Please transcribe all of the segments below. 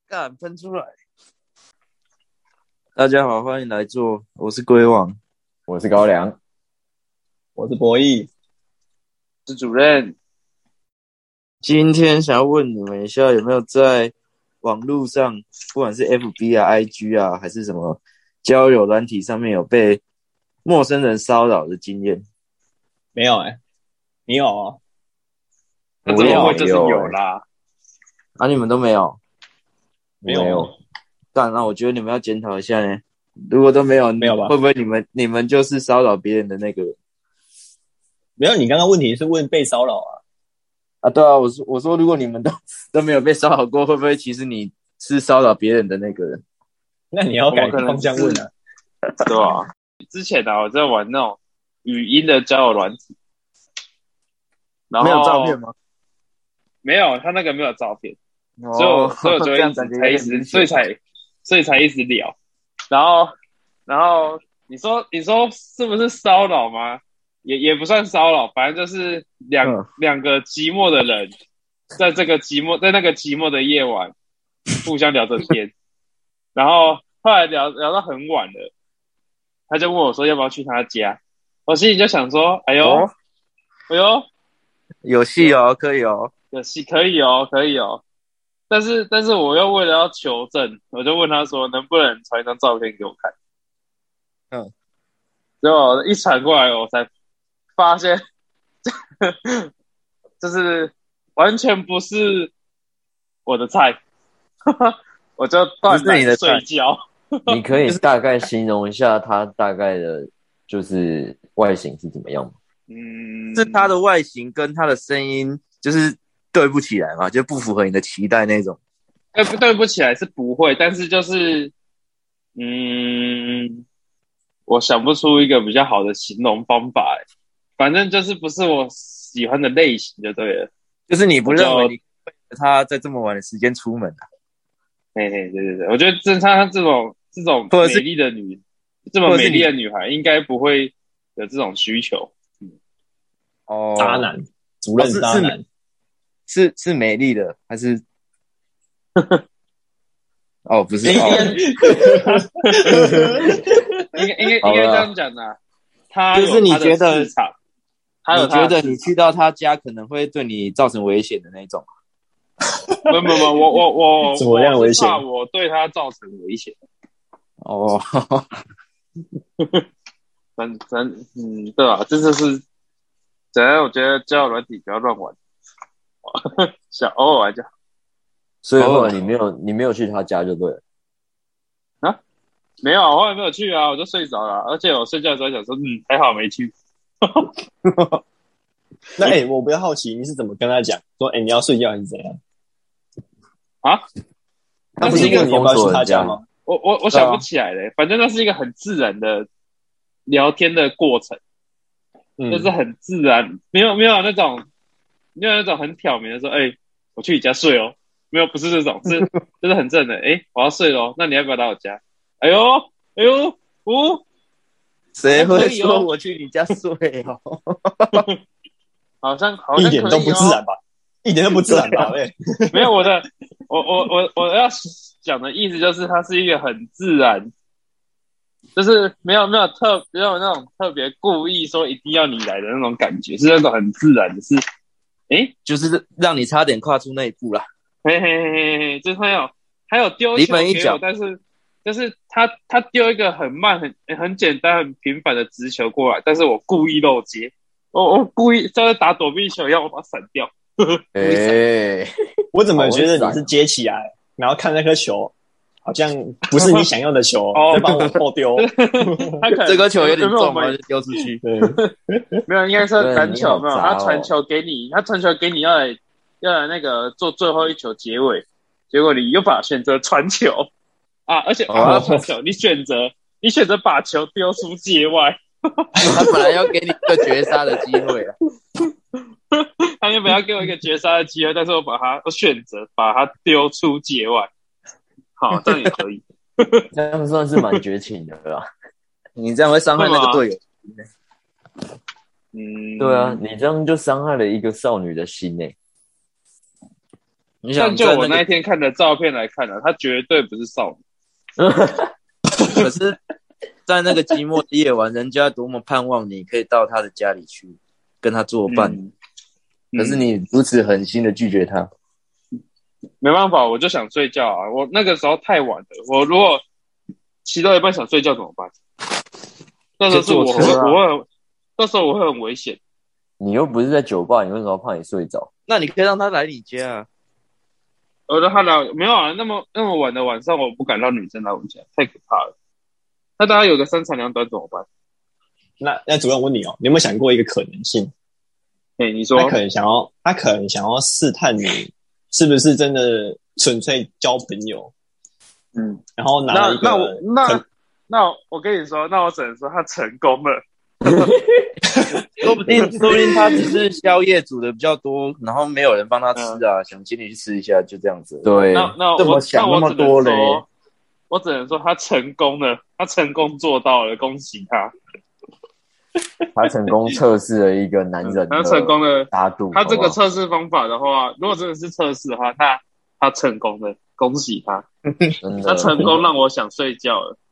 干喷出来！大家好，欢迎来做，我是龟王， 我是高粱， 我是博弈， 是主任。 今天想要问你们一下，有没有在网络上，不管是 FB 啊、IG 啊，还是什么交友软体上面有被陌生人骚扰的经验？ 没有你有哦？ 那怎么会就是有啦？ 啊，你们都没有？ 没有。 干，那我觉得你们要检讨一下呢。如果都没有， 没有吧？ 会不会你们就是骚扰别人的那个人？ 没有，你刚刚问题是问被骚扰啊？ 啊，对啊，我说，如果你们都没有被骚扰过，会不会其实你是骚扰别人的那个人？ 那你要改方向问啊， 对吧？之前我在玩那种语音的交友软体，然后没有照片吗？ 没有，他那个没有照片，所以我就会所以才一直聊，然后你说是不是骚扰吗？也不算骚扰，反正就是两个寂寞的人，在那个寂寞的夜晚，互相聊着天，然后后来聊到很晚了，他就问我说要不要去他家，我心里就想说，哎呦， 有戏哦，可以哦， 有戏可以哦，但是我又为了要求证，我就问他说能不能传一张照片给我看，结果一传过来，我才发现就是完全不是我的菜，我就断然睡觉。 你可以大概形容一下他大概的，就是外形是怎么样吗？ 是他的外形跟他的声音就是对不起来嘛，就不符合你的期待那种。 对不起来是不会，但是就是我想不出一个比较好的形容方法，反正就是不是我喜欢的类型就对了。 就是你不认为你他在这么晚的时间出门啊？ 对，我觉得他这种美丽的这么美丽的女孩，应该不会有这种需求。 渣男，主任渣男， 是美丽的还是？哦，不是， 应该这样讲的。 就是你觉得市场， 你觉得你去到他家可能会对你造成危险的那种？ 不，我怎么样危险？ 怕我对他造成危险。 哦， 对吧？这就是怎样？我觉得交友软体不要乱玩，偶尔玩就好。 所以后来你没有去他家就对了啊？没有，我后来没有去啊，我就睡着了。而且我睡觉的时候想说，还好没去。 那我比较好奇，你是怎么跟他讲说，你要睡觉还是怎样？ 啊？ 那不是因为你要不要去他家吗？ 我想不起来了，反正那是一个很自然的聊天的过程，就是很自然，没有那种很挑明的说，我去你家睡哦，没有，不是这种，就是很正的，我要睡咯，那你要不要来我家？哎呦， 谁会说我去你家睡哦？ 好像一点都不自然吧？一点都不自然吧？ 没有我要讲的意思就是，它是一个很自然，就是没有那种特别故意说一定要你来的那种感觉，是那种很自然的，是就是让你差点跨出那一步啦。 嘿，就是还有丢球给我，但是就是他丢一个很慢、很简单、很平凡的直球过来，但是我故意漏接，我故意在打躲避球，要我把它闪掉。 我怎么觉得你是接起来，然后看那颗球，好像不是你想要的球，再帮我后丢。 这颗球有点重，就丢出去。 没有，应该是篮球，没有。他传球给你，要来那个做最后一球结尾，结果你又选择传球啊，而且传球，你选择把球丢出界外。 他本来要给你一个绝杀的机会啊。 他原本要给我一个绝杀的机会，但是我选择把它丢出界外。好，这样也可以。 这样算是蛮绝情的啦。 你这样会伤害那个队友。 对啊，你这样就伤害了一个少女的心欸。 你想但就我在那个， 那一天看的照片来看他绝对不是少女。 可是，在那个寂寞的夜晚，人家多么盼望你可以到他的家里去跟他作伴， 可是你如此狠心的拒绝他。 没办法，我就想睡觉啊！我那个时候太晚了，我如果骑到一半想睡觉怎么办？那时候是我会，那时候我会很危险。 你又不是在酒吧，你为什么怕你睡着？ 那你可以让他来你家啊。 我让他来，没有啊，那么晚的晚上，我不敢让女生来我们家，太可怕了。那大家有个三长两短怎么办？ 那主任问你哦，你有没有想过一个可能性？ 你说他可能想要试探你是不是真的纯粹交朋友，然后拿了一个那我跟你说，那我只能说他成功了。 说不定他只是宵夜煮的比较多，然后没有人帮他吃啊，想请你去吃一下，就这样子。 对， 那怎么想那么多嘞？ 我只能说他成功了，他成功做到了，恭喜他。 他成功测试了一个男人的他成功了大度。 他这个测试方法的话，如果真的是测试的话，那他成功了，恭喜他。他成功让我想睡觉了。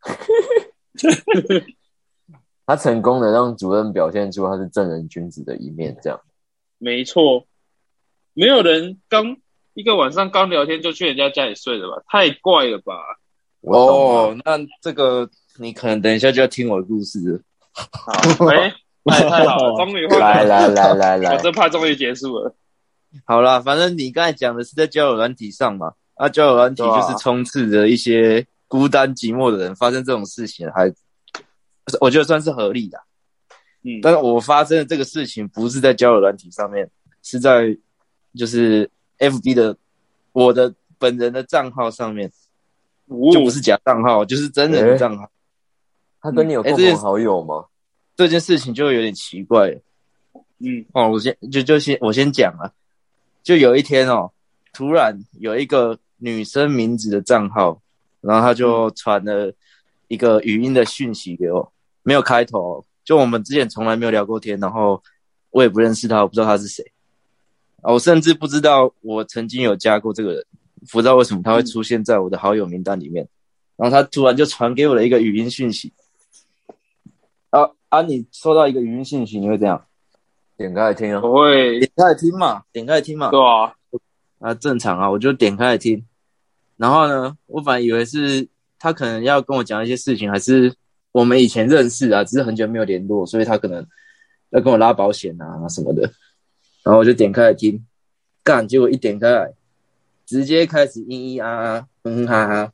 他成功的让主任表现出他是正人君子的一面，这样。 没错，没有人刚一个晚上刚聊天就去人家家里睡了吧？太怪了吧？ 哦，那这个你可能等一下就要听我的故事了。 好，太好了，终于来， 我这怕终于结束了。 好啦，反正你刚才讲的是在交友软体上嘛，交友软体就是充斥着一些孤单寂寞的人，发生这种事情我觉得算是合理的。但是我发生的这个事情不是在交友软体上面，是在就是 FB 的我的本人的账号上面，就不是假账号，就是真人的账号。 他跟你有共同好友吗？ 这件事情就有点奇怪了。我先讲啊，就有一天哦，突然有一个女生名字的账号，然后他就传了一个语音的讯息给我，没有开头，就我们之前从来没有聊过天，然后我也不认识他，我不知道他是谁，我甚至不知道我曾经有加过这个人，不知道为什么他会出现在我的好友名单里面，然后他突然就传给我了一个语音讯息。你收到一个语音信息，你会怎样？ 点开来听啊？ 我会点开来听嘛。 对啊，正常啊，我就点开来听。然后呢，我本来以为是他可能要跟我讲一些事情，还是我们以前认识啊，只是很久没有联络，所以他可能要跟我拉保险啊什么的。然后我就点开来听，结果一点开来，直接开始咿咿啊啊，哈哈。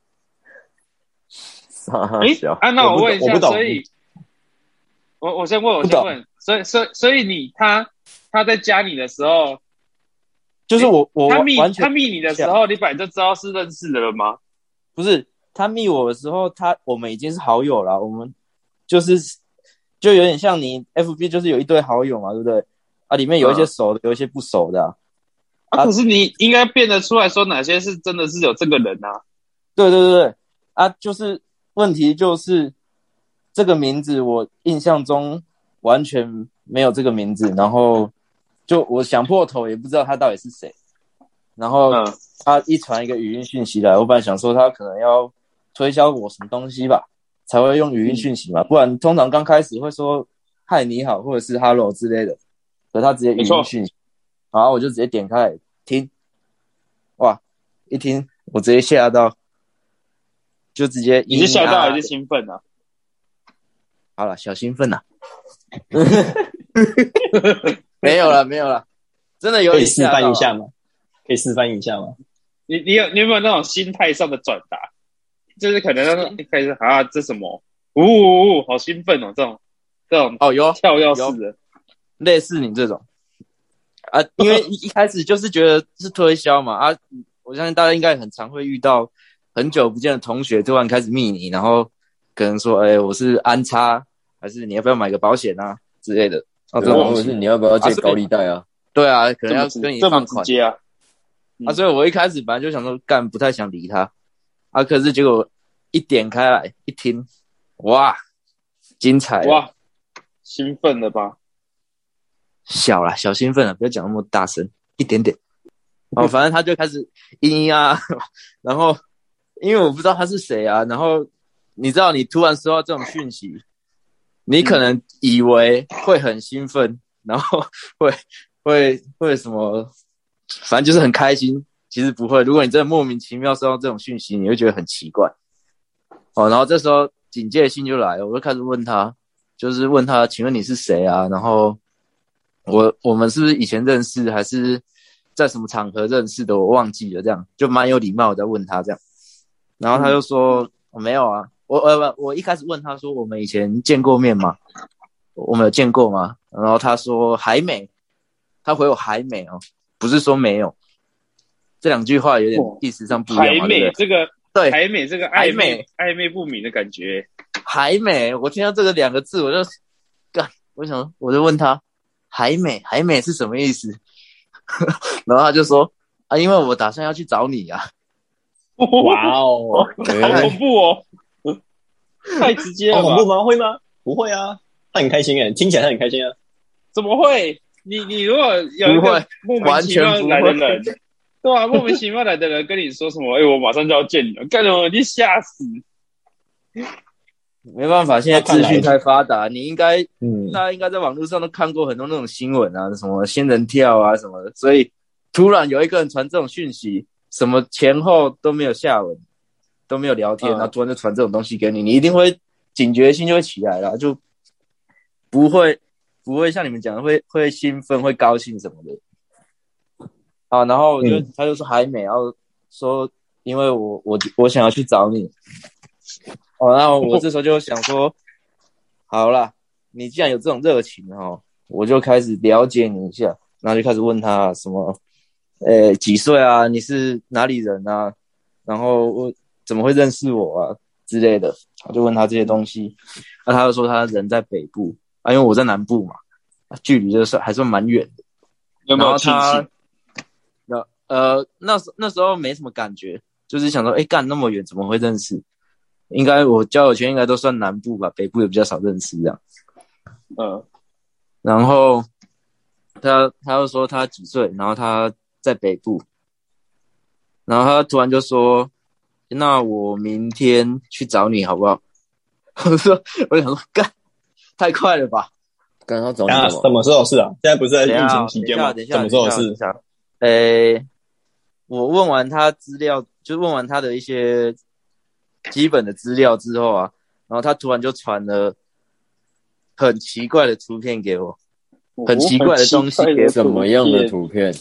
那我问一下，所以。我先问，所以他在加你的时候， 就是我他密你的时候，你本来就知道是认识的了吗？ 不是，他密我的时候，我们已经是好友了，我们就有点像你 FB 就是有一堆好友嘛，对不对？里面有一些熟的，有一些不熟的。 可是你应该辨得出来说哪些是真的是有这个人啊？ 对，就是问题就是这个名字我印象中完全没有这个名字，然后就我想破头也不知道他到底是谁，然后他一传一个语音讯息来，我本来想说他可能要推销我什么东西吧，才会用语音讯息嘛，不然通常刚开始会说嗨你好或者是 hello 之类的，可是他直接语音讯息，然后我就直接点开来听，哇，一听我直接吓到，就直接你是吓到还是兴奋啊？ 好了，小兴奋啊。没有了，真的有点吓到。 可以示范一下吗？ 你有没有那种心态上的转达？就是可能那种一开始这什么，好兴奋哦，这种有跳跃式的， 类似你这种因为一开始就是觉得是推销嘛我相信大家应该很常会遇到很久不见的同学突然开始密你，然后可能说我是安插，还是你要不要买个保险啊之类的， 这种东西你要不要借高利贷啊？ 对啊，可能要跟你放款直接啊。 所以我一开始本来就想说不太想理他可是结果一点开来一听，哇，精彩哇，兴奋了吧？ 小兴奋了，不要讲那么大声，一点点。 反正他就开始啊，然后因为我不知道他是谁啊，然后你知道你突然收到这种讯息，你可能以为会很兴奋，然后会什么，反正就是很开心，其实不会。如果你真的莫名其妙收到这种讯息，你会觉得很奇怪。然后这时候警戒心就来了，我就开始问他，就是问他，请问你是谁啊？然后我们是不是以前认识，还是在什么场合认识的？我忘记了，这样就蛮有礼貌的在问他这样。然后他就说，没有啊。我一开始问他说，我们以前见过面吗？我们有见过吗？然后他说还没，他回我还没哦，不是说没有。这两句话有点意思上不一样嘛。 还没这个对， 还没这个暧昧不明的感觉。 还没，我听到这个两个字我就干，我就问他还没是什么意思？然后他就说啊，因为我打算要去找你啊。 哇哦， 好恐怖哦！太直接了吧？ 好恐怖吗？会吗？不会啊，他很开心诶，听起来他很开心啊。 怎么会？你如果有一个莫名其妙来的人，对啊，莫名其妙来的人跟你说什么？我马上就要见你了，干什么？你吓死！ 没办法，现在资讯太发达，你应该，大家应该在网络上都看过很多那种新闻啊，什么仙人跳啊什么的，所以突然有一个人传这种讯息，什么前后都没有下文，都没有聊天，然后突然就传这种东西给你，你一定会警觉性就会起来了，就不会像你们讲的会兴奋、会高兴什么的。啊，然后他就说还没，然后说因为我想要去找你。那我这时候就想说，好啦，你既然有这种热情我就开始了解你一下，然后就开始问他什么，几岁啊？你是哪里人啊？然后我怎么会认识我啊之类的，我就问他这些东西。他就说他人在北部因为我在南部嘛，距离就是还算蛮远的。 有没有亲戚？ 那时候没什么感觉，就是想说，干那么远怎么会认识？应该我交友圈应该都算南部吧，北部也比较少认识这样。然后他又说他几岁，然后他在北部，然后他突然就说，那我明天去找你好不好？我就想说，干，太快了吧？ 刚刚找你什么时候是啊？现在不是在疫情期间吗？什么时候是？ 我问完他资料，就问完他的一些基本的资料之后啊，然后他突然就传了很奇怪的图片给我，很奇怪的东西给我。 什么样的图片？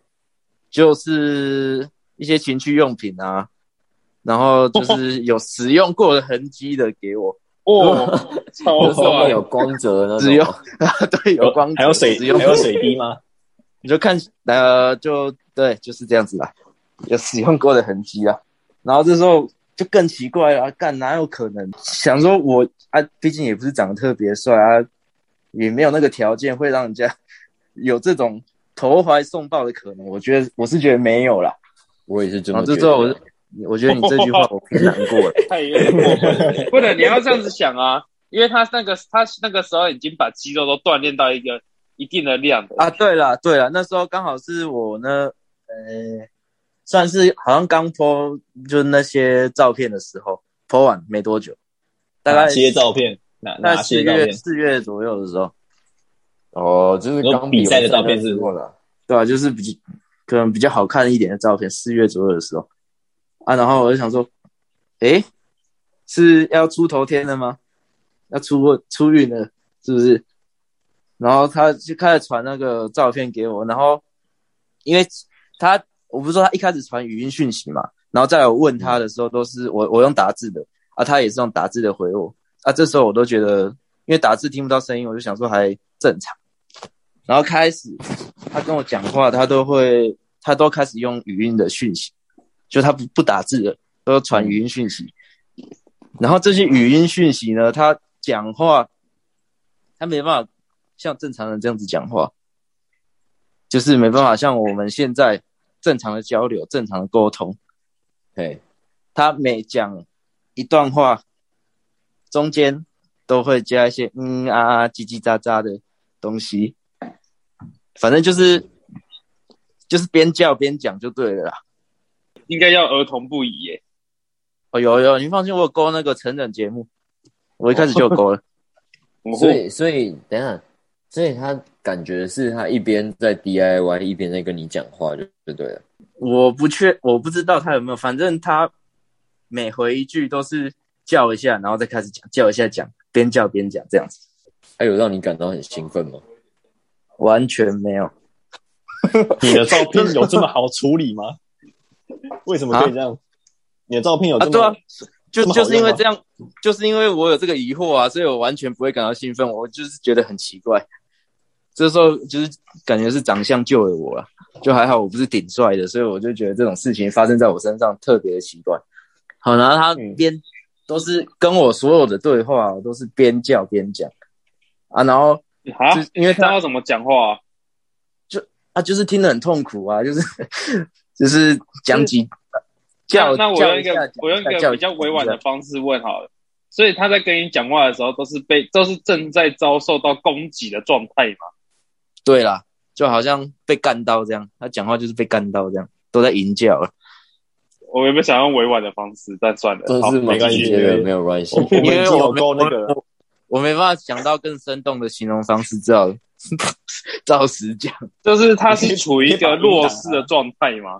就是一些情趣用品啊，然后就是有使用过的痕迹的给我。 超帅， 有光泽那种。 对，有光泽。 还有水滴吗？ 你就看就对，就是这样子啦，有使用过的痕迹啊。然后这时候就更奇怪了，干哪有可能？想说我毕竟也不是长得特别帅啊，也没有那个条件会让人家有这种投怀送抱的可能。我是觉得没有啦。 我也是这么觉得。 然后这时候我觉得你这句话我偏难过了。 太有点过分，不能你要这样子想啊，因为他那个时候已经把肌肉都锻炼到一定的量的对啦，那时候刚好是我呢，算是好像刚 po 就那些照片的时候 po 完没多久，大概哪些照片？哪些照片 ？4月左右的时候。 就是刚比赛的照片是过了。 对啊，就是可能比较好看一点的照片，4月左右的时候然后我就想说，是要出头天了吗？要出运了是不是？然后他就开始传那个照片给我，然后因为我不是说他一开始传语音讯息嘛，然后再来我问他的时候都是我用打字的他也是用打字的回我这时候我都觉得，因为打字听不到声音，我就想说还正常。然后开始他跟我讲话，他都开始用语音的讯息，就他不打字的，都传语音讯息。然后这些语音讯息呢，他讲话他没办法像正常人这样子讲话，就是没办法像我们现在正常的交流、正常的沟通。他每讲一段话，中间都会加一些叽叽喳喳的东西，反正就是就是边叫边讲就对了啦。 应该要儿童不宜耶。 哦，有，你放心，我有勾那个成人节目，我一开始就有勾了。 所以等一下，所以他感觉是他一边在 DIY 一边在跟你讲话就对了。 我不知道他有没有，反正他每回一句都是叫一下，然后再开始讲，叫一下讲，边叫边讲这样子。 还有让你感到很兴奋吗？ 完全没有。 你的照片有这么好处理吗？为什么可以这样？你的照片有这么对啊，就是因为这样， 样，就是因为我有这个疑惑啊，所以我完全不会感到兴奋，我就是觉得很奇怪。这时候就是感觉是长相救了我了，就还好我不是顶帅的，所以我就觉得这种事情发生在我身上特别的奇怪。好，然后他边都是跟我所有的对话都是边叫边讲啊，然后因为他要怎么讲话就是听得很痛苦啊，就是讲几叫那我用一个比较委婉的方式问好了，所以他在跟你讲话的时候都是正在遭受到攻击的状态嘛？ 对啦，就好像被干到这样，他讲话就是被干到这样，都在淫叫了。 我原本想用委婉的方式，但算了， 都是没关系的，没有关系。 因为我没办法想到更生动的形容方式，照实讲， 就是他是处于一个弱势的状态嘛？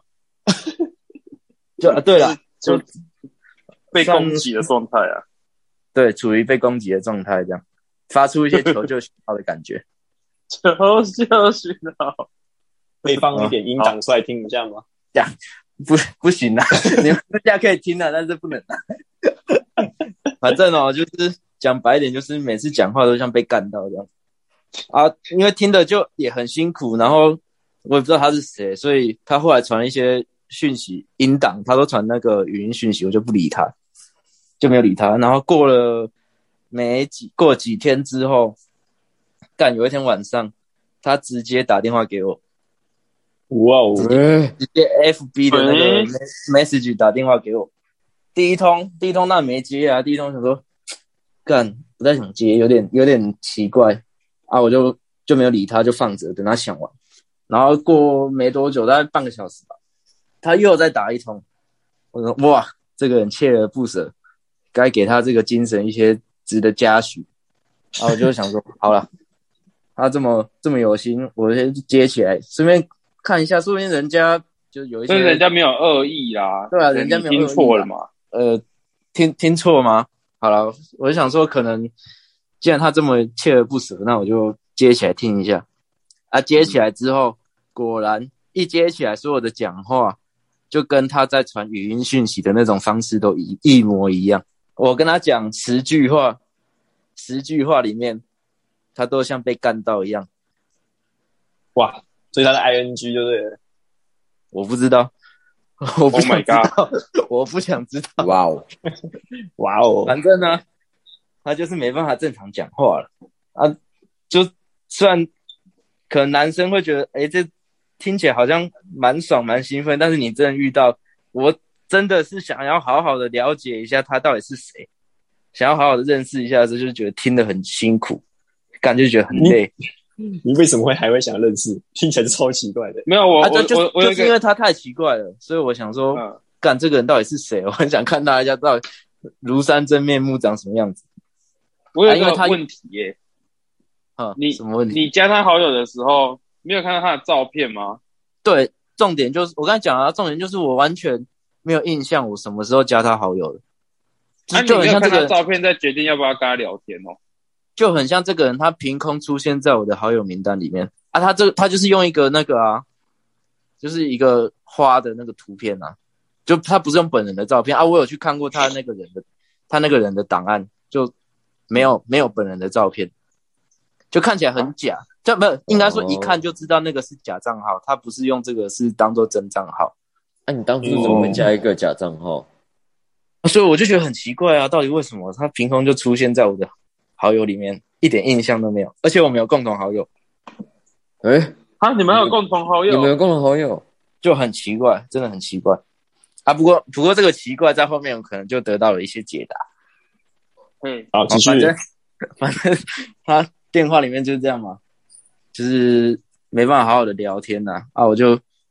对啦，就被攻击的状态啊。 对，处于被攻击的状态，这样发出一些求救讯号的感觉。 求救讯号， 可以放一点音档出来听一下吗？ 这样不行啊，你们大家可以听啊，但是不能啊。反正就是讲白一点，就是每次讲话都像被干到这样啊，因为听的就也很辛苦，然后我也不知道他是谁，所以他后来传一些讯息音档，他都传那个语音讯息，我就不理他，就没有理他。然后过了几天之后，有一天晚上，他直接打电话给我， 哇哦， 直接 FB 的那个 message 打电话给我。第一通那没接啊，第一通想说不太想接，有点奇怪啊，我就没有理他，就放着等他想完。然后过没多久，大概半个小时吧，他又再打一通，我说哇，这个人锲而不舍，该给他这个精神一些值得嘉许。然后我就想说好了，他这么有心，我先接起来，顺便看一下，说不定人家就有一些， 所以人家没有恶意啦。 对啊，人家没有恶意， 听错了嘛？ 听错吗？好了，我就想说，可能既然他这么锲而不舍，那我就接起来听一下。啊，接起来之后，果然一接起来，所有的讲话就跟他在传语音讯息的那种方式都一模一样。我跟他讲10句话里面，他都像被干到一样。 哇，所以他的 ING 就对了。 我不知道。我不想知道 Oh my God 我不想知道。 哇哦， 哇哦， 反正呢，他就是没办法正常讲话了啊。就虽然可能男生会觉得，这听起来好像蛮爽蛮兴奋，但是你真的遇到，我真的是想要好好的了解一下他到底是谁，想要好好的认识一下，就是觉得听得很辛苦，感觉觉得很累。 你为什么还会想认识？听起来是超奇怪的。 没有就是因为他太奇怪了，所以我想说，这个人到底是谁？我很想看他一下到底庐山真面目长什么样子。 我有一个问题耶， 什么问题？ 你加他好友的时候，没有看到他的照片吗？ 对，重点就是我刚才讲了，重点就是我完全没有印象，我什么时候加他好友的。 你没有看他照片，再决定要不要跟他聊天哦。 就很像这个人，他凭空出现在我的好友名单里面啊，他就是用一个那个啊，就是一个花的那个图片啊，就他不是用本人的照片啊，我有去看过他那个人的档案，就没有本人的照片，就看起来很假，这不应该说一看就知道那个是假账号，他不是用这个是当做真账号。 那你当初怎么会加一个假账号？ 所以我就觉得很奇怪啊，到底为什么他凭空就出现在我的好友里面，一点印象都没有，而且我们有共同好友。 你们有共同好友？ 你们有共同好友， 就很奇怪，真的很奇怪啊。不过这个奇怪在后面我可能就得到了一些解答。 好，继续。 反正他电话里面就是这样嘛，就是没办法好好的聊天啊，我就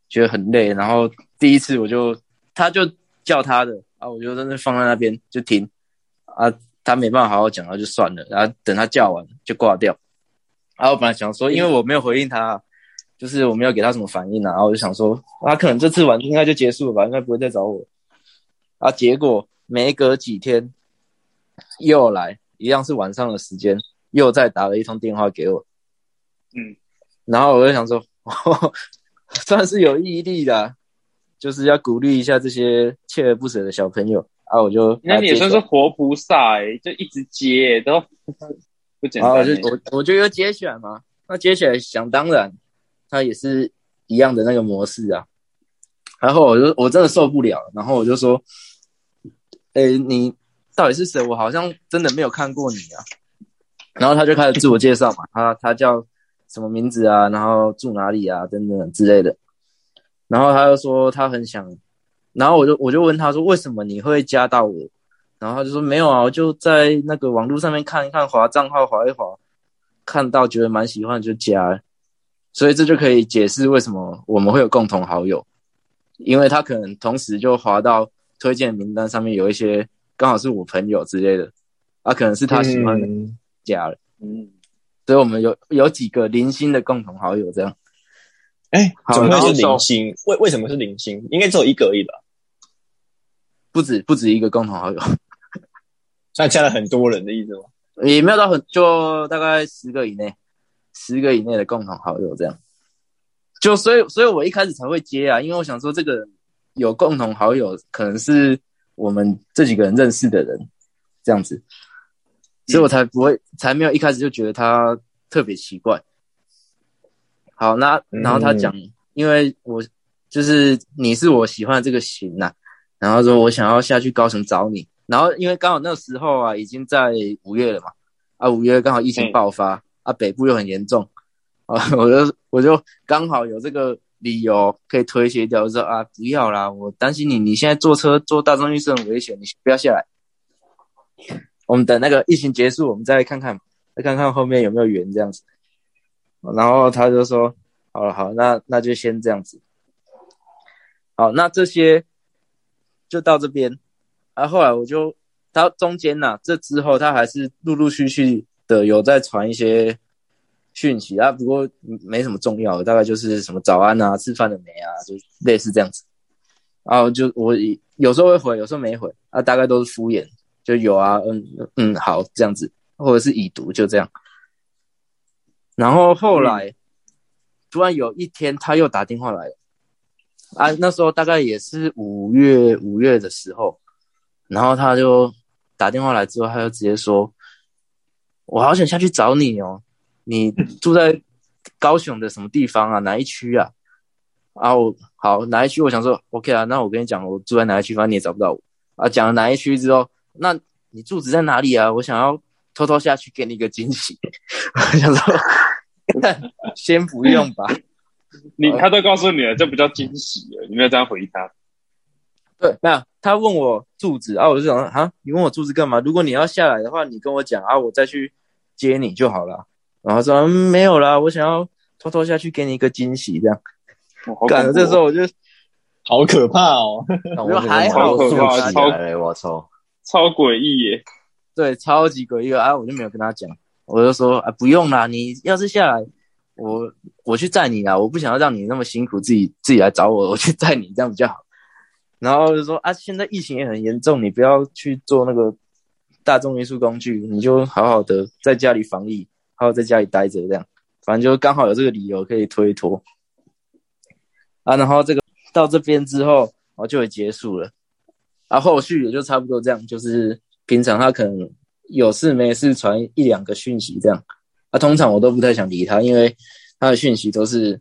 觉得很累，然后第一次他就叫他的啊，我就真的放在那边就听啊，他没办法好好讲，然后就算了，然后等他叫完就挂掉。然后我本来想说，因为我没有回应他，就是我没有给他什么反应啊，然后我就想说，他可能这次玩应该就结束了吧，应该不会再找我。啊，结果没隔几天又来，一样是晚上的时间，又再打了一通电话给我。然后我就想说，算是有毅力的啊，就是要鼓励一下这些锲而不舍的小朋友啊！ 那你也算是活菩萨就一直接都不简单。 我就又接起来嘛，那接起来想当然，他也是一样的那个模式啊。然后我真的受不了，然后我就说，你到底是谁？我好像真的没有看过你啊。然后他就开始自我介绍嘛，他叫什么名字啊，然后住哪里啊，等等之类的。然后他就说他很想，然后我就问他说为什么你会加到我？然后他就说没有啊，我就在那个网络上面看一看，滑账号滑一滑，看到觉得蛮喜欢就加了。所以这就可以解释为什么我们会有共同好友，因为他可能同时就滑到推荐名单上面有一些刚好是我朋友之类的，可能是他喜欢的加了。所以我们有几个零星的共同好友这样。 怎么会是零星？为什么是零星？应该只有一个而已吧？ 不止一个共同好友， 那加了很多人的意思吗？ 也没有到就大概10个以内的共同好友这样。就所以我一开始才会接啊，因为我想说这个有共同好友可能是我们这几个人认识的人这样子，所以我才没有一开始就觉得他特别奇怪。好，然后他讲，因为我就是你是我喜欢的这个型啊，然后说我想要下去高雄找你，然后因为刚好那时候啊已经在5月了嘛，5月刚好疫情爆发北部又很严重我就刚好有这个理由可以推卸掉，我说不要啦，我担心你现在坐大众运输很危险，你不要下来，我们等那个疫情结束我们再看看后面有没有缘这样子。然后他就说好，那就先这样子。好，那这些就到这边后来他中间这之后他还是陆陆续续的有在传一些讯息不过没什么重要的，大概就是什么早安啊，吃饭了没啊，就类似这样子。然后就我有时候会回，有时候没回大概都是敷衍，就有啊好这样子，或者是已读就这样。然后后来突然有一天他又打电话来了那时候大概也是5月的时候，然后他就打电话来之后他就直接说，我好想下去找你哦，你住在高雄的什么地方啊，哪一区啊？好，哪一区？我想说 OK 啊，那我跟你讲我住在哪一区，反正你也找不到我讲了哪一区之后，那你住址在哪里啊？我想要偷偷下去给你一个惊喜我想说先不用吧他都告诉你了，这不叫惊喜了，你没有这样回他。 对，没有，他问我住址我就想你问我住址干嘛？如果你要下来的话你跟我讲我再去接你就好了。然后说没有啦，我想要偷偷下去给你一个惊喜这样。感觉这时候我就好可怕哦我就还好， 超可怕，超诡异耶。 对，超级诡异我就没有跟他讲，我就说不用啦，你要是下来我去载你啦，我不想要让你那么辛苦自己来找我去载你，这样比较好。然后就说现在疫情也很严重，你不要去做那个大众运输工具，你就好好的在家里防疫，好好在家里待着这样，反正就刚好有这个理由可以推脱然后这个到这边之后就会结束了后续也就差不多这样，就是平常他可能有事没事传1-2个讯息这样通常我都不太想理他，因为他的讯息都是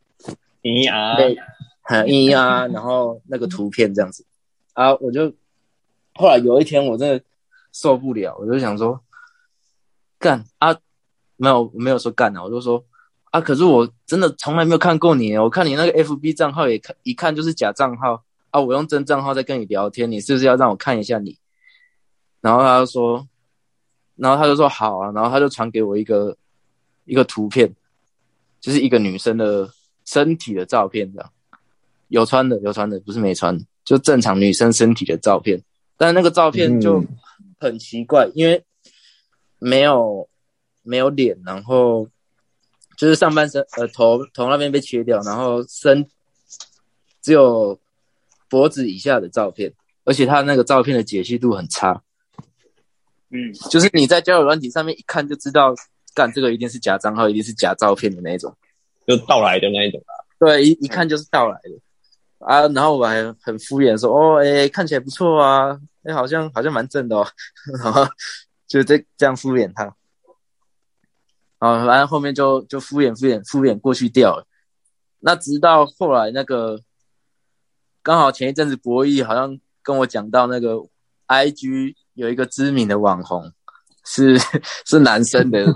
然后那个图片这样子我就后来有一天我真的受不了，我就想说干没有说干我就说可是我真的从来没有看过你，我看你那个 FB 账号也一看就是假账号我用真账号在跟你聊天，你是不是要让我看一下你？然后他就说好然后他就传给我一个图片，就是一个女生的身体的照片这样有穿的，不是没穿，就正常女生身体的照片。但那个照片就很奇怪，因为没有脸，然后就是上半身头那边被切掉，然后只有脖子以下的照片，而且他那个照片的解析度很差。就是你在交友软体上面一看就知道，干这个一定是假账号，一定是假照片的那种， 就盗来的那一种啊。 对，一看就是盗来的啊。然后我还很敷衍说，哦，看起来不错啊，好像蛮正的哦，然后就这样敷衍他。反正后面就敷衍过去掉了。那直到后来那个，刚好前一阵子博弈好像跟我讲到那个 IG 有一个知名的网红是男生的，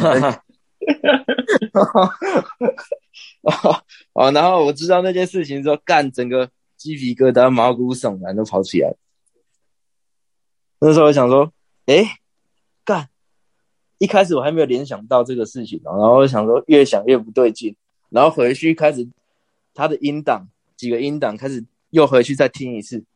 然后我知道那件事情之后，干整个鸡皮疙瘩、毛骨悚然都跑起来。那时候我想说，干。一开始我还没有联想到这个事情，然后我想说越想越不对劲，然后回去开始他的几个音档开始又回去再听一次，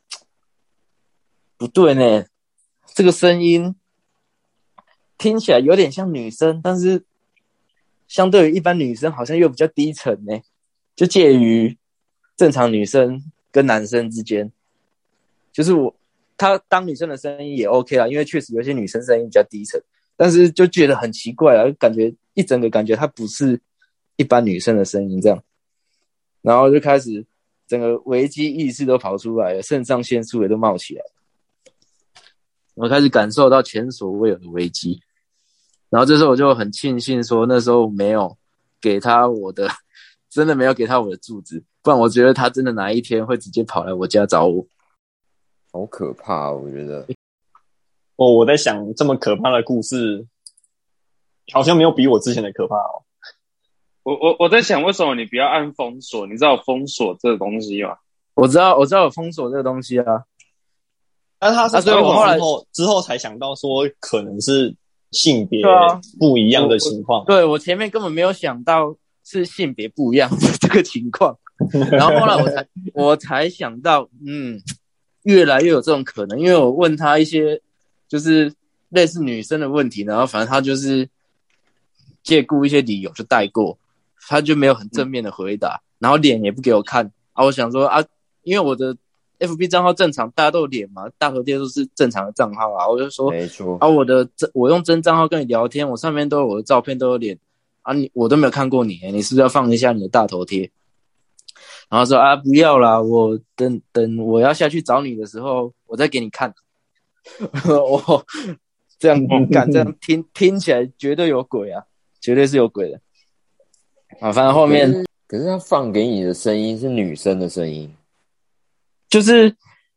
不对呢，这个声音听起来有点像女生，但是相对于一般女生好像又比较低沉呢，就介于正常女生跟男生之间，就是她当女生的声音也 OK 啦，因为确实有些女生声音比较低沉。但是就觉得很奇怪啊，一整个感觉它不是一般女生的声音这样，然后就开始整个危机意识都跑出来了，肾上腺素也都冒起来，我开始感受到前所未有的危机。然后这时候我就很庆幸说那时候没有给他真的没有给他我的住址，不然我觉得他真的哪一天会直接跑来我家找我。 好可怕我觉得。 我在想这么可怕的故事好像没有比我之前的可怕哦。 我在想为什么你不要按封锁？你知道封锁这个东西吗？ 我知道有封锁这个东西啊， 但他是我后来之后才想到说可能是性别不一样的情况。 对，我前面根本没有想到是性别不一样的这个情况，然后后来我才想到，越来越有这种可能，因为我问他一些就是类似女生的问题，然后反正他就是借故一些理由就带过，他就没有很正面的回答，然后脸也不给我看啊。我想说啊，因为我的 FB 账号正常，大家都有脸嘛，大头贴都是正常的账号啊。我就说， 没错啊，我用真账号跟你聊天，我上面都有我的照片，都有脸啊，我都没有看过你，你是不是要放一下你的大头贴？然后说啊，不要啦，我等我要下去找你的时候，我再给你看。我这样敢这样听起来绝对有鬼啊，绝对是有鬼的啊！反正后面可是他放给你的声音是女生的声音， 就是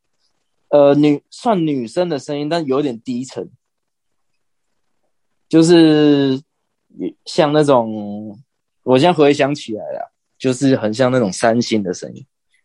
算女生的声音，但有点低沉，就是像那种我现在回想起来了，就是很像那种三星的声音。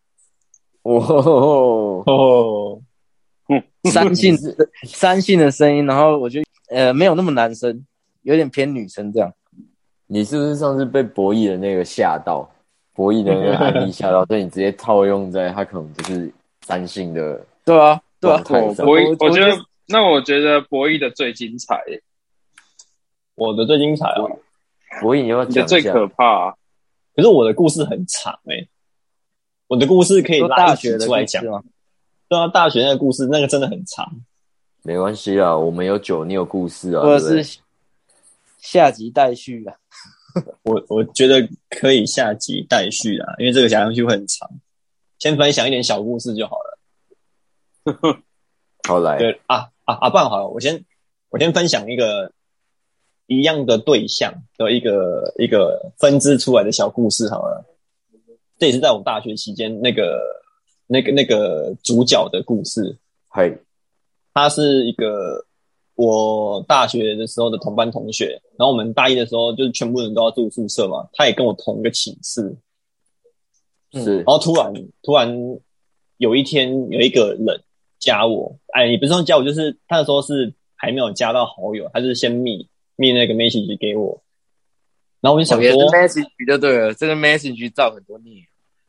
三性的声音，然后我就没有那么男生，有点偏女生这样。 你是不是上次被博弈的那个吓到？博弈的那个案例吓到，所以你直接套用在他可能就是三性的。 对啊， 博弈，我觉得博弈的最精彩。 我的最精彩哦， 博弈你要讲一下。 最可怕啊。 可是我的故事很长我的故事可以拉一集出来讲。对啊，大学那个故事那个真的很长。 没关系啦，我们有酒，你有故事啊， 或者是下集待续啊。 我觉得可以下集待续啊，因为这个讲下去会很长。先分享一点小故事就好了。 好来。 对不然好了，我先分享一个一样的对象的一个分支出来的小故事好了。这也是在我大学期间那个主角的故事。他是一个我大学的时候的同班同学，然后我们大一的时候就是全部人都要住宿舍嘛，他也跟我同一个寝室。 是， 然后突然有一天有一个人加我，也不是说加我，就是他那时候是还没有加到好友，他就是先密那个 message 给我，然后我就想说 message 就对了，这个 message 造很多孽。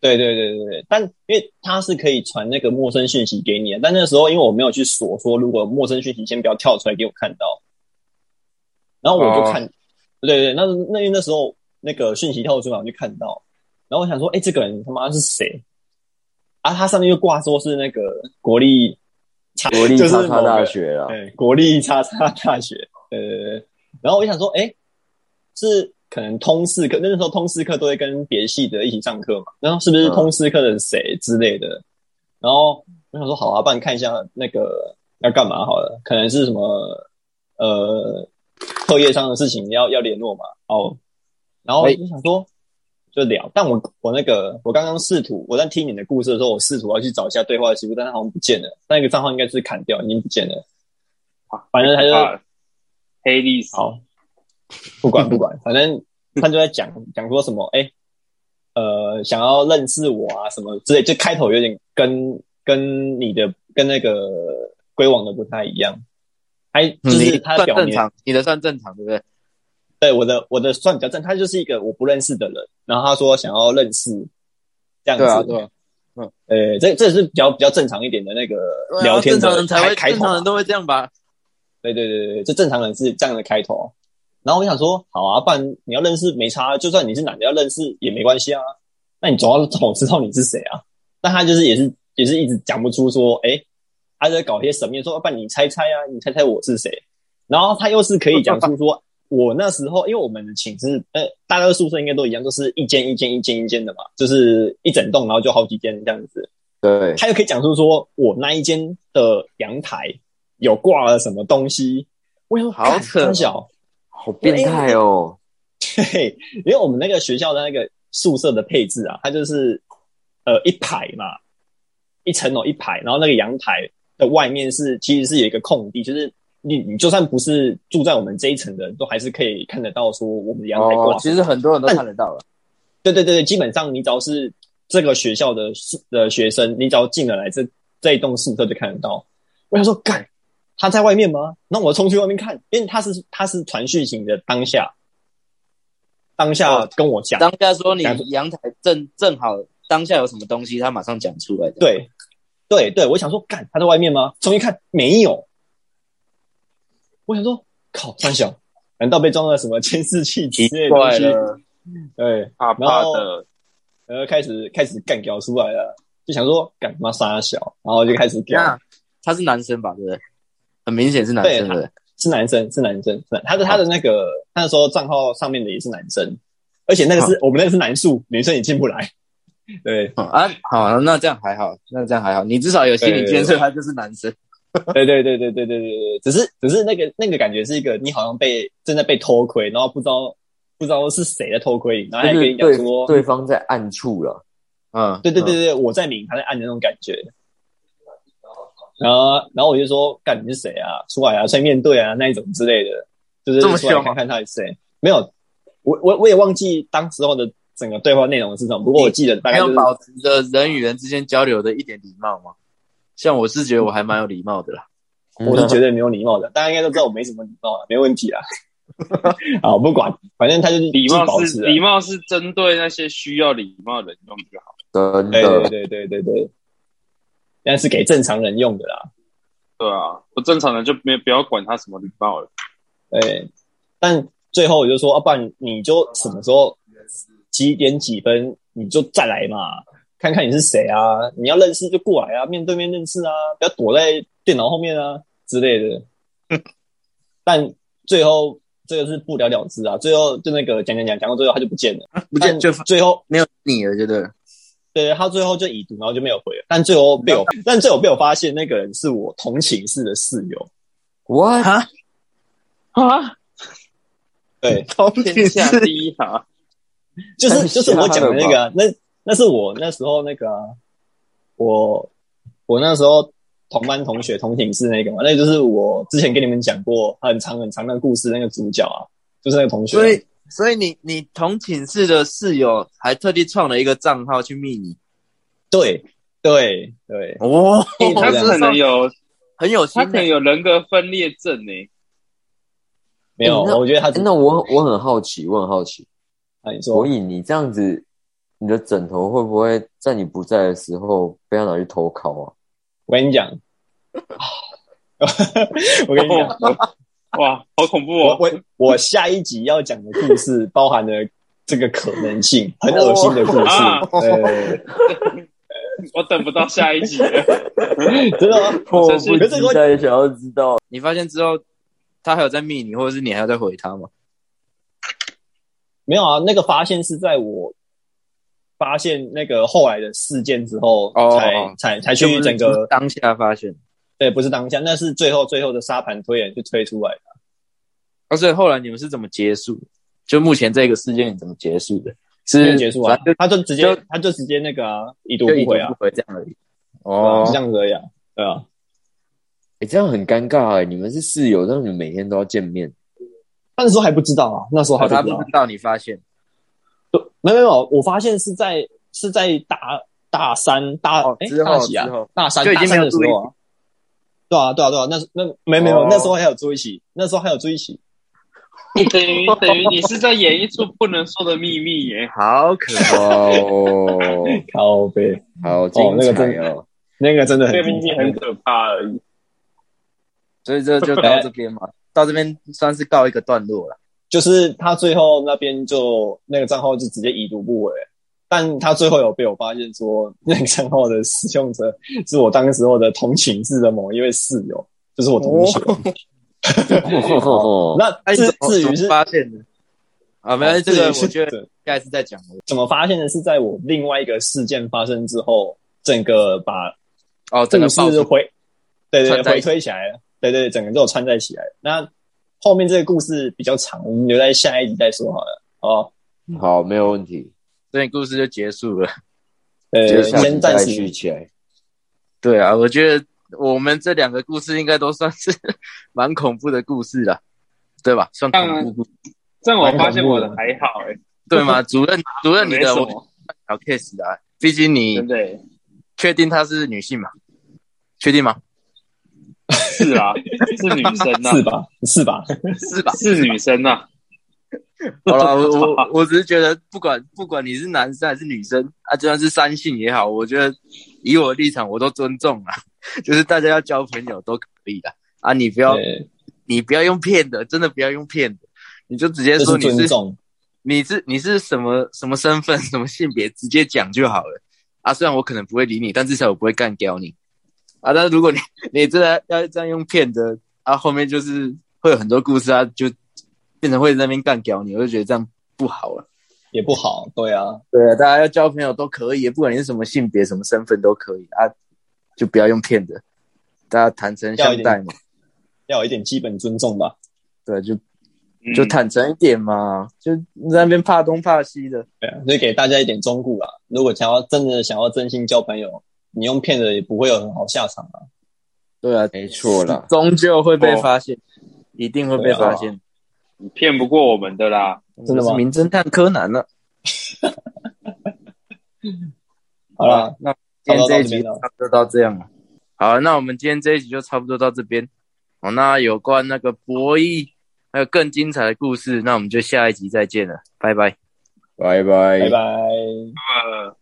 对，但因为它是可以传那个陌生讯息给你的，但那个时候因为我没有去锁说，如果陌生讯息先不要跳出来给我看到，然后我就看，对，那因为那时候那个讯息跳出来我就看到，然后我想说，这个人他妈是谁？啊，他上面又挂说是那个国立叉叉大学啦，对，国立叉叉大学，然后我就想说，是可能通识课，那时候通识课都会跟别系的一起上课嘛，然后是不是通识课的谁之类的？然后我想说，好啊，不然看一下那个要干嘛好了，可能是什么课业上的事情要联络嘛，然后我就想说就聊，但我刚刚试图我在听你的故事的时候，我试图要去找一下对话的记录，但是好像不见了，那个账号应该是砍掉，已经不见了。反正他就黑历史。 好，不管，反正他就在讲说什么，想要认识我啊什么之类，就开头有点跟你的跟那个龟王的不太一样，就是他表面你的算正常，对不对？ 对，我的算比较正，他就是一个我不认识的人，然后他说想要认识，这样子， 对啊， 这是比较正常一点的那个聊天的正常人才会开头， 正常人都会这样吧？ 对，这正常人是这样的开头。然后我想说，好啊，不然你要认识没差，就算你是男的要认识也没关系啊。那你总要让我知道你是谁啊。但他就是也是一直讲不出说，他在搞一些神秘，说不然你猜猜啊，你猜猜我是谁。然后他又是可以讲出说，我那时候因为我们的寝室，大家的宿舍应该都一样，都是一间的嘛，就是一整栋，然后就好几间这样子。 对， 他又可以讲出说我那一间的阳台有挂了什么东西。我说好扯， 好变态哦。 对，因为我们那个学校的那个宿舍的配置啊，它就是一排嘛，一层楼一排，然后那个阳台的外面其实是有一个空地，就是你就算不是住在我们这一层的人，都还是可以看得到说我们的阳台挂。 其实很多人都看得到了。 对，基本上你只要是这个学校的学生，你只要进了来这一栋宿舍就看得到。我想说，干，他在外面吗？那我冲去外面看，因为他是传讯型的当下跟我讲， 当下说你阳台正好当下有什么东西，他马上讲出来的。 对，我想说，干，他在外面吗？冲一看没有，我想说，靠，三小，难道被装了什么监视器之类的东西？对， 怕的， 然后开始干屌出来了，就想说干妈杀小，然后就开始屌。 他是男生吧？对不对？很明显是男生，对， 是男生。他的那个他那时候账号上面的也是男生，而且那个是我们那个是男宿，女生也进不来。对好，那这样还好，你至少有心理建设，他就是男生。 对，只是那个感觉是一个你好像正在被偷窥，然后不知道是谁在偷窥你，然后还跟你讲说对方在暗处了。 对，我在明，他在暗的那种感觉。然后我就说，干，你是谁啊？出来啊，出来面对啊，那一种之类的，就是出来看看他是谁。没有，我也忘记当时候的整个对话内容是什么，不过我记得大概就是保持着人与人之间交流的一点礼貌嘛。像我是觉得我还蛮有礼貌的啦， 我是绝对没有礼貌的，大家应该都知道我没什么礼貌啦，没问题啦。好，不管，反正他就是礼貌是针对那些需要礼貌的人用就好。 真的， 对，但是给正常人用的啦。 对啊，不正常人就不要管他什么礼貌了。 对，但最后我就说，不然你就什么时候几点几分你就再来嘛，看看你是谁啊，你要认识就过来啊，面对面认识啊，不要躲在电脑后面啊之类的。但最后这个是不了了之啊，最后就那个讲到最后他就不见了，就最后没有你了，对不对？ 对，他最后就已读，然后就没有回了。但最后被我发现，那个人是我同寝室的室友。 What？ 对， 天下第一哈， 就是我讲的那个、啊，那是我那时候那个、啊，我那时候同班同学同寝室那个嘛，那就是我之前跟你们讲过很长的故事那个主角啊，就是那个同学。 所以你同寝室的室友还特地创了一个账号去密你。 对哦， 他可能很有心， 他可能有人格分裂症呢。 没有，我觉得他那我很好奇， 你说所以你这样子你的枕头会不会在你不在的时候被他拿去偷烤啊？ 我跟你讲，我跟你讲， 哇，好恐怖哦！ 我下一集要讲的故事包含了这个可能性，很恶心的故事。 我等不到下一集了， 真的吗？ 我不期待想要知道。 你发现之后，他还有在密你，或者是你还要再回他吗？ 没有啊，那个发现是在我发现那个后来的事件之后，才去整个当下发现。 对，不是当下，那是最后的沙盘推演去推出来的。 所以后来你们是怎么结束？就目前这个事件你怎么结束的？是结束啊？他就直接那个已读不回啊， 这样而已。 是这样子而已啊，对啊。 这样很尴尬你们是室友，但是你们每天都要见面。 那时候还不知道啊，那时候还他不知道你发现。 没有，我发现是在大三大几啊，大三的时候啊。对啊，那没有，那时候还有住一起， 等于你是在演一出不能说的秘密耶， 好可怕哦， 靠背， 好精彩哦， 那个真的很秘密很可怕而已。 所以这就到这边嘛，到这边算是告一个段落了。 就是他最后那边就那个账号就直接已读不回。但他最后有被我发现说，那个账号的使用者是我当时候的同寝室的某一位室友，就是我同学。那至于是发现的啊，没关系，这个我觉得下一次再讲。 怎么发现的是在我另外一个事件发生之后，整个把整个故事回推起来了，对，整个都有串在起来。那后面这个故事比较长，我们留在下一集再说好了。 好，没有问题。 所以故事就结束了， 先暂时续起来。 对啊，我觉得我们这两个故事应该都算是蛮恐怖的故事啦，对吧？算恐怖故事。 这样我发现我的还好对吗？主任你的小 case 啊，毕竟你确定她是女性嘛？确定吗？ 是啊，是女生啊， 是吧？ 是女生啊。 好了，我只是觉得，不管你是男生还是女生啊，就算是三性也好，我觉得以我的立场，我都尊重啦。就是大家要交朋友都可以的啊，你不要用骗的，真的不要用骗的，你就直接说你是什么身份、什么性别，直接讲就好了啊。虽然我可能不会理你，但至少我不会干掉你啊。但是如果你真的要这样用骗的啊，后面就是会有很多故事啊，就变成会在那边干掉你，我就觉得这样不好了， 也不好，对啊， 大家要交朋友都可以，不管你是什么性别、什么身份都可以啊，就不要用骗的，大家坦诚相待嘛， 要有一点基本尊重吧， 对，就坦诚一点嘛，就在那边怕东怕西的， 对啊，所以给大家一点忠告啦，如果真的想要真心交朋友，你用骗的也不会有很好下场啊， 对啊， 没错啦， 终究会被发现，一定会被发现。 你骗不过我们的啦， 真的吗？ 名侦探柯南了。 好了， 那今天这一集差不多到这样了。好，那我们今天这一集就差不多到这边。好，那有关那个博弈还有更精彩的故事，那我们就下一集再见了，拜拜， 拜拜， 拜拜。